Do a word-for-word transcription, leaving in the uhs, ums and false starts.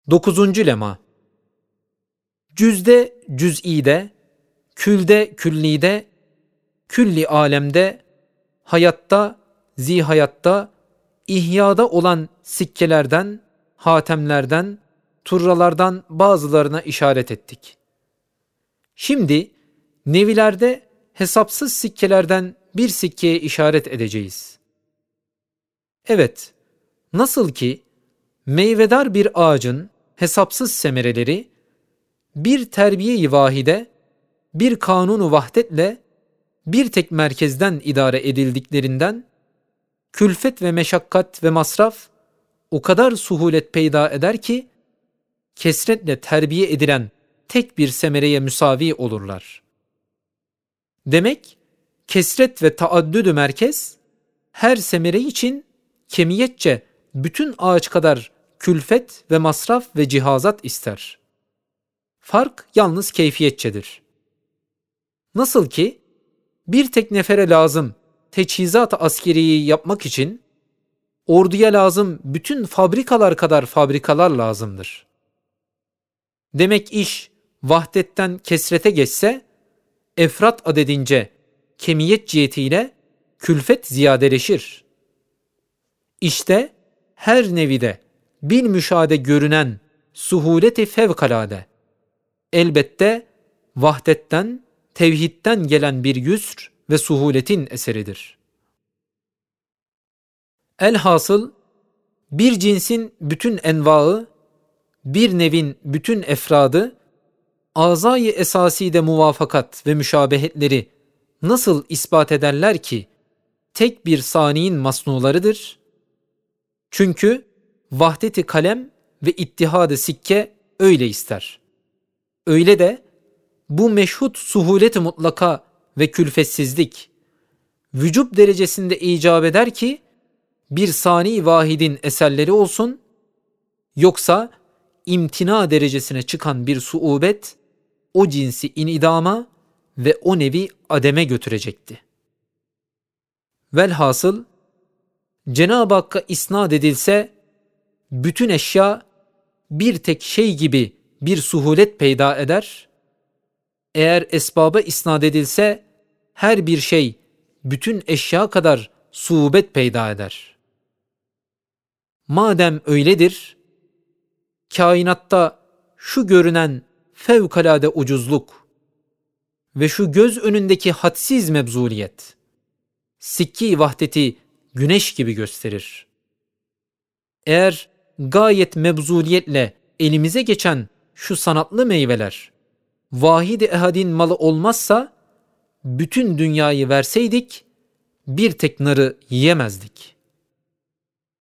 Dokuzuncu lema. Cüzde cüz'ide, külde küllide, külli alemde, hayatta, zihayatta, ihyada olan sikkelerden, hatemlerden, turralardan bazılarına işaret ettik. Şimdi nevilerde hesapsız sikkelerden bir sikkeye işaret edeceğiz. Evet, nasıl ki meyvedar bir ağacın hesapsız semereleri bir terbiye-i vahide, bir kanunu vahdetle bir tek merkezden idare edildiklerinden külfet ve meşakkat ve masraf o kadar suhulet peyda eder ki kesretle terbiye edilen tek bir semereye müsavi olurlar. Demek kesret ve taaddüdü merkez her semere için kemiyetçe bütün ağaç kadar külfet ve masraf ve cihazat ister. Fark yalnız keyfiyetçedir. Nasıl ki bir tek nefere lazım teçhizat-ı askeriyi yapmak için orduya lazım bütün fabrikalar kadar fabrikalar lazımdır. Demek iş vahdetten kesrete geçse efrat adedince kemiyet cihetiyle külfet ziyadeleşir. İşte her nevide bil müşahede görünen suhuleti fevkalade elbette vahdetten, tevhidden gelen bir yüsr ve suhuletin eseridir. Elhasıl bir cinsin bütün envaı, bir nevin bütün efradı, azayı esaside muvafakat ve müşabehetleri nasıl ispat ederler ki tek bir saniyin masnularıdır? Çünkü vahdeti kalem ve ittihad-ı sikke öyle ister. Öyle de bu meşhut suhulet-i mutlaka ve külfetsizlik vücub derecesinde icap eder ki bir sani vahidin eserleri olsun, yoksa imtina derecesine çıkan bir suubet o cinsi inidama ve o nevi ademe götürecekti. Velhasıl Cenab-ı Hakk'a isnad edilse bütün eşya bir tek şey gibi bir suhulet peyda eder. Eğer esbaba isnad edilse her bir şey bütün eşya kadar suubet peyda eder. Madem öyledir, kainatta şu görünen fevkalade ucuzluk ve şu göz önündeki hadsiz mebzuliyet, sikki vahdeti güneş gibi gösterir. Eğer gayet mebzuliyetle elimize geçen şu sanatlı meyveler vahid-i ehadin malı olmazsa bütün dünyayı verseydik bir tek narı yiyemezdik.